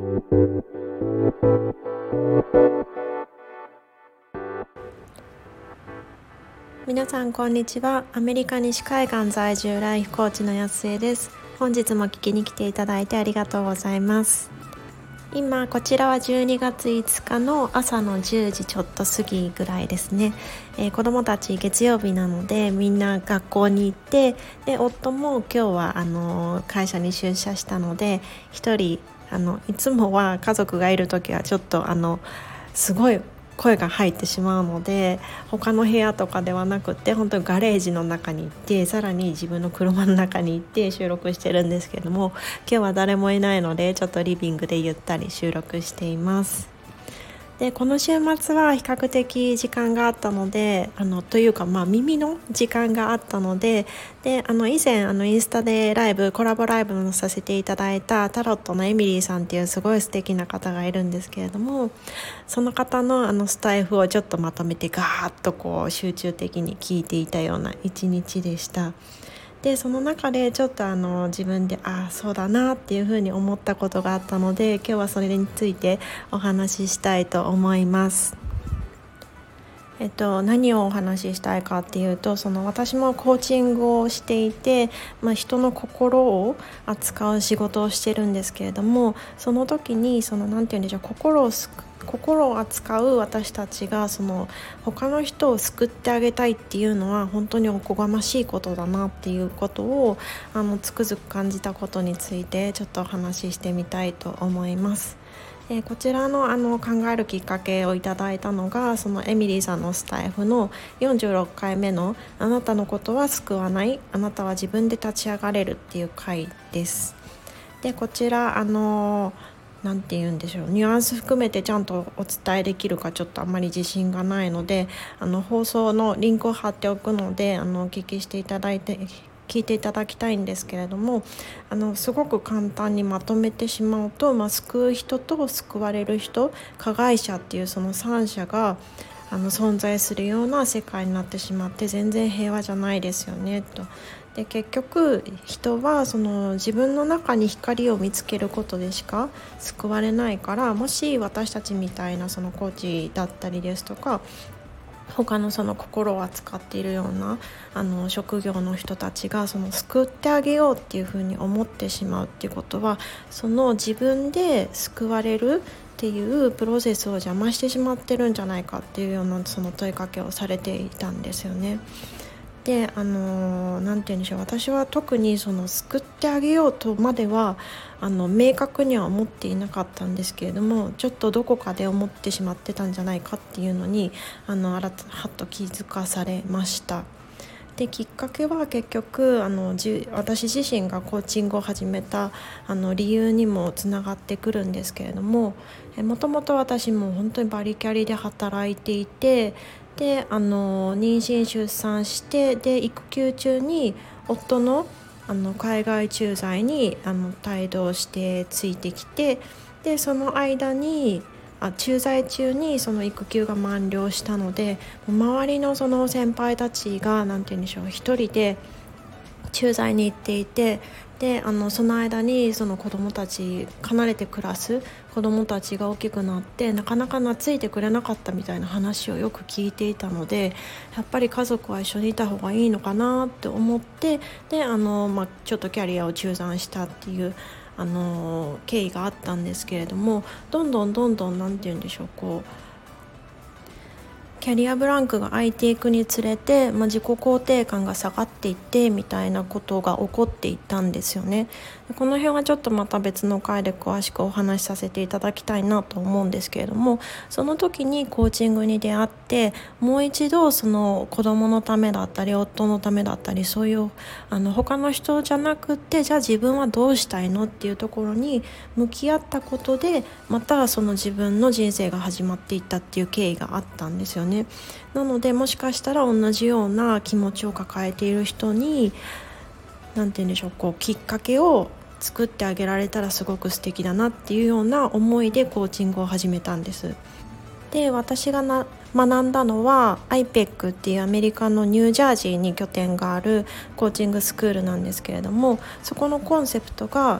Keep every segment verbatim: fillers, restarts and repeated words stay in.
皆さんこんにちは。アメリカ西海岸在住ライフコーチの安江です。本日も聞きに来ていただいてありがとうございます。今こちらはじゅうにがついつかの朝のじゅうじちょっと過ぎぐらいですね、えー、子供たち月曜日なのでみんな学校に行って、で夫も今日はあの会社に出社したので一人あのいつもは家族がいる時はちょっとあのすごい声が入ってしまうので、他の部屋とかではなくて本当にガレージの中に行って、さらに自分の車の中に行って収録してるんですけども、今日は誰もいないのでちょっとリビングでゆったり収録しています。でこの週末は比較的時間があったので、あのというかまあ耳の時間があったので、であの以前あのインスタでライブコラボライブをさせていただいたタロットのエミリーさんっていうすごい素敵な方がいるんですけれども、その方のあのスタイフをちょっとまとめてガーッとこう集中的に聞いていたような一日でした。でその中でちょっとあの自分でああそうだなっていうふうに思ったことがあったので、今日はそれについてお話ししたいと思います。えっと、何をお話ししたいかっていうと、その私もコーチングをしていて、まあ、人の心を扱う仕事をしてるんですけれども、その時にそのなんて言うんでしょう、心をすく心を扱う私たちがその他の人を救ってあげたいっていうのは本当におこがましいことだなっていうことをあのつくづく感じたことについてちょっとお話ししてみたいと思います。えー、こちらの、あの考えるきっかけをいただいたのが、そのエミリーさんのスタイフのよんじゅうろっかいめのあなたのことは救わない、あなたは自分で立ち上がれるっていう回です。でこちらあのなんて言うんでしょう、ニュアンス含めてちゃんとお伝えできるかちょっとあまり自信がないので、あの放送のリンクを貼っておくのであのお聞きしていただいて聞いていただきたいんですけれども、あのすごく簡単にまとめてしまうと、まあ、救う人と救われる人、加害者っていうそのさん者があの存在するような世界になってしまって、全然平和じゃないですよねと。で結局人はその自分の中に光を見つけることでしか救われないから、もし私たちみたいなそのコーチだったりですとか、他のその心を扱っているようなあの職業の人たちがその救ってあげようっていうふうに思ってしまうっていうことは、その自分で救われるっていうプロセスを邪魔してしまってるんじゃないかっていうようなその問いかけをされていたんですよね。であのなんて言うんでしょう、私は特にその救ってあげようとまではあの明確には思っていなかったんですけれども、ちょっとどこかで思ってしまってたんじゃないかっていうのにあのはっと気づかされました。できっかけは結局あのじ私自身がコーチングを始めたあの理由にもつながってくるんですけれども、もともと私も本当にバリキャリで働いていて、であの妊娠出産して、で育休中に夫のあの海外駐在にあの帯同してついてきて、でその間にあ駐在中にその育休が満了したので、周りのその先輩たちがなんて言うんでしょう、一人で駐在に行っていて、であのその間にその子どもたち、離れて暮らす子どもたちが大きくなってなかなか懐いてくれなかったみたいな話をよく聞いていたので、やっぱり家族は一緒にいた方がいいのかなって思って、であの、まあ、ちょっとキャリアを中断したっていうあの経緯があったんですけれども、どんどんどんどんなんて言うんでしょう、こうキャリアブランクが空いていくにつれて、まあ、自己肯定感が下がっていってみたいなことが起こっていったんですよね。この辺はちょっとまた別の回で詳しくお話しさせていただきたいなと思うんですけれども、その時にコーチングに出会って、もう一度その子供のためだったり夫のためだったり、そういうあの他の人じゃなくって、じゃあ自分はどうしたいのっていうところに向き合ったことで、またその自分の人生が始まっていったっていう経緯があったんですよね。なのでもしかしたら同じような気持ちを抱えている人になんて言うんでしょう、こうきっかけを作ってあげられたらすごく素敵だなっていうような思いでコーチングを始めたんです。で私がな学んだのは アイペック っていうアメリカのニュージャージーに拠点があるコーチングスクールなんですけれども、そこのコンセプトが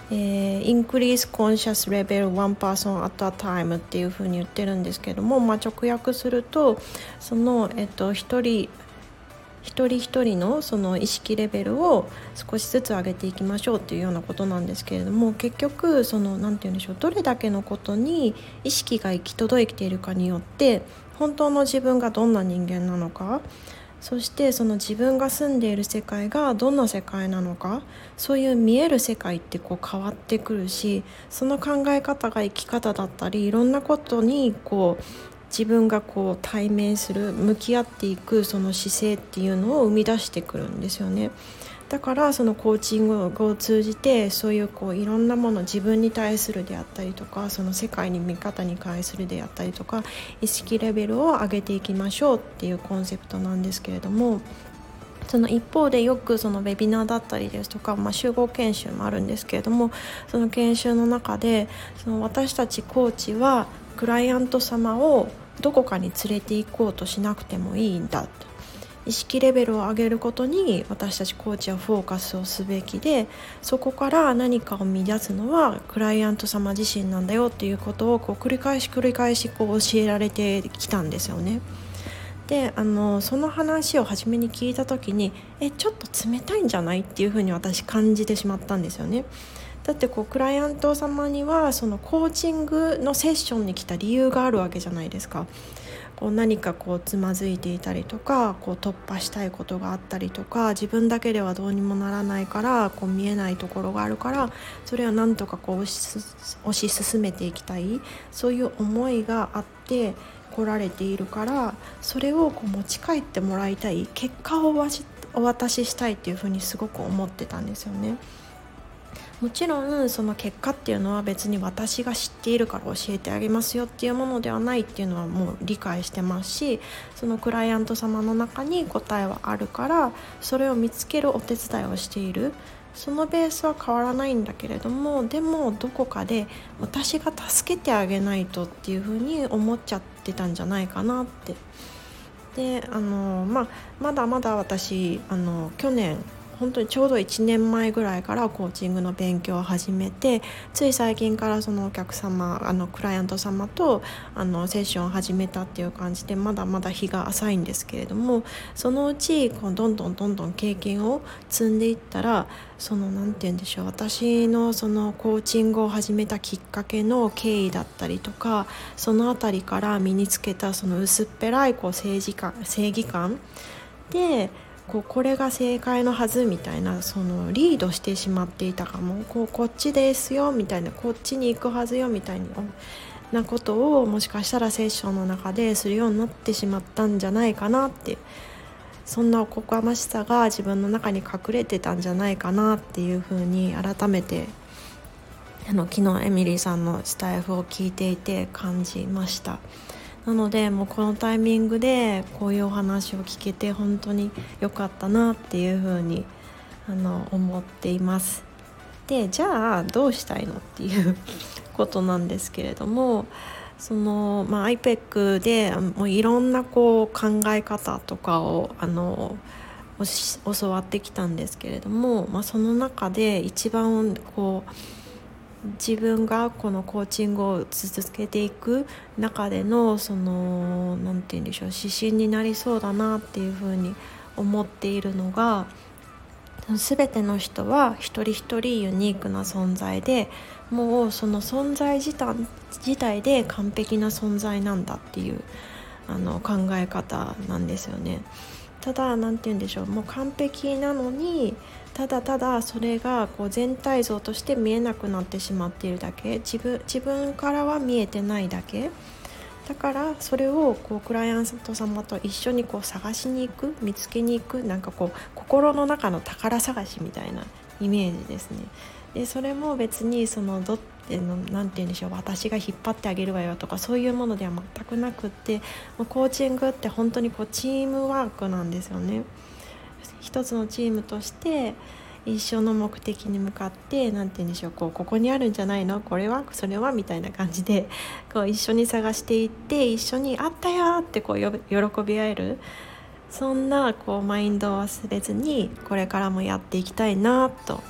えー、Increase Conscious Level One Person at a Time っていう風に言ってるんですけども、まあ、直訳するとその、えっと、一人一人一人のその意識レベルを少しずつ上げていきましょうっていうようなことなんですけれども、結局そのなんて言うんでしょう、どれだけのことに意識が行き届いているかによって本当の自分がどんな人間なのか、そしてその自分が住んでいる世界がどんな世界なのか、そういう見える世界ってこう変わってくるし、その考え方が生き方だったりいろんなことにこう自分がこう対面する向き合っていくその姿勢っていうのを生み出してくるんですよね。だからそのコーチングを通じてそういうこういろんなもの、自分に対するであったりとか、その世界に見方に対するであったりとか、意識レベルを上げていきましょうっていうコンセプトなんですけれども、その一方でよくそのウェビナーだったりですとか、まあ、集合研修もあるんですけれども、その研修の中でその私たちコーチはクライアント様をどこかに連れて行こうとしなくてもいいんだと、意識レベルを上げることに私たちコーチはフォーカスをすべきで、そこから何かを見出すのはクライアント様自身なんだよっていうことをこう繰り返し繰り返しこう教えられてきたんですよね。であのその話を初めに聞いた時にえちょっと冷たいんじゃないっていうふうに私感じてしまったんですよね。だってこうクライアント様にはそのコーチングのセッションに来た理由があるわけじゃないですか。こう何かこうつまずいていたりとか、こう突破したいことがあったりとか、自分だけではどうにもならないからこう見えないところがあるから、それをなんとかこう推し、推し進めていきたい、そういう思いがあって来られているから、それをこう持ち帰ってもらいたい、結果をお渡ししたいっていうふうにすごく思ってたんですよね。もちろんその結果っていうのは別に私が知っているから教えてあげますよっていうものではないっていうのはもう理解してますし、そのクライアント様の中に答えはあるからそれを見つけるお手伝いをしている、そのベースは変わらないんだけれども、でもどこかで私が助けてあげないとっていうふうに思っちゃってたんじゃないかなって。であの、まあ、まだまだ私あの去年本当にちょうどいちねんまえぐらいからコーチングの勉強を始めて、つい最近からそのお客様、あのクライアント様とあのセッションを始めたっていう感じで、まだまだ日が浅いんですけれども、そのうちこうどんどんどんどん経験を積んでいったら、そのなんて言うんでしょう、私のそのコーチングを始めたきっかけの経緯だったりとか、そのあたりから身につけたその薄っぺらいこう正義感正義感で、こうこれが正解のはずみたいな、そのリードしてしまっていたかも、こうこっちですよみたいな、こっちに行くはずよみたいなことをもしかしたらセッションの中でするようになってしまったんじゃないかなって、そんなおこがましさが自分の中に隠れてたんじゃないかなっていうふうに改めてあの昨日エミリーさんのスタイフを聞いていて感じました。なのでもうこのタイミングでこういうお話を聞けて本当に良かったなっていうふうにあの思っています。でじゃあどうしたいのっていうことなんですけれども、その、まあ、アイペック でもういろんなこう考え方とかをあの教わってきたんですけれども、まあ、その中で一番こう自分がこのコーチングを続けていく中でのそのなんて言うんでしょう、指針になりそうだなっていうふうに思っているのが、全ての人は一人一人ユニークな存在で、もうその存在自体、自体で完璧な存在なんだっていうあの考え方なんですよね。ただなんて言うんでしょう、もう完璧なのにただただそれがこう全体像として見えなくなってしまっているだけ、自分、自分からは見えてないだけだから、それをこうクライアント様と一緒にこう探しに行く、見つけに行く、なんかこう心の中の宝探しみたいなイメージですね。でそれも別にそのどってのなんて言うんでしょう、私が引っ張ってあげるわよとかそういうものでは全くなくって、コーチングって本当にこうチームワークなんですよね。一つのチームとして一緒の目的に向かってなんて言うんでしょう、こうここにあるんじゃないの、これはそれはみたいな感じでこう一緒に探していって、一緒にあったよってこうよ喜び合える、そんなこうマインドを忘れずにこれからもやっていきたいなと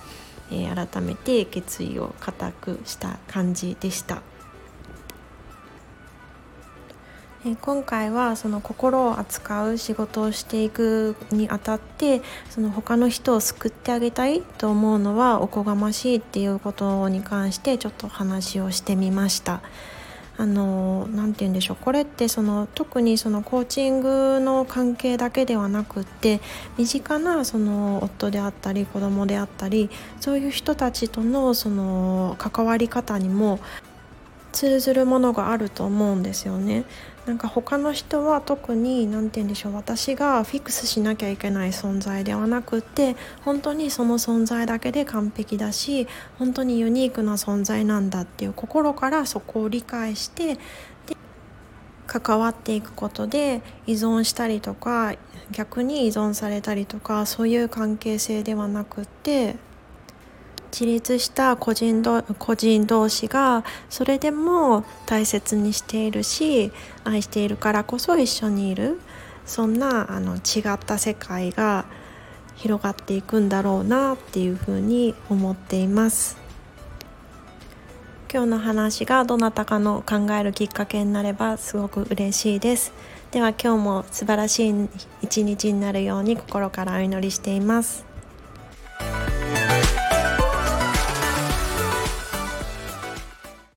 えー、改めて決意を固くした感じでした。今回はその心を扱う仕事をしていくにあたって、その他の人を救ってあげたいと思うのはおこがましいっていうことに関してちょっと話をしてみました。あのなんて言うんでしょう、これってその特にそのコーチングの関係だけではなくって、身近なその夫であったり子供であったり、そういう人たちとのその関わり方にも通ずるものがあると思うんですよね。なんか他の人は特に何て言うんでしょう、私がフィックスしなきゃいけない存在ではなくって、本当にその存在だけで完璧だし、本当にユニークな存在なんだっていう心からそこを理解して、で関わっていくことで依存したりとか逆に依存されたりとか、そういう関係性ではなくって、自立した個人ど個人同士がそれでも大切にしているし愛しているからこそ一緒にいる、そんなあの違った世界が広がっていくんだろうなっていうふうに思っています。今日の話がどなたかの考えるきっかけになればすごく嬉しいです。では今日も素晴らしい一日になるように心からお祈りしています。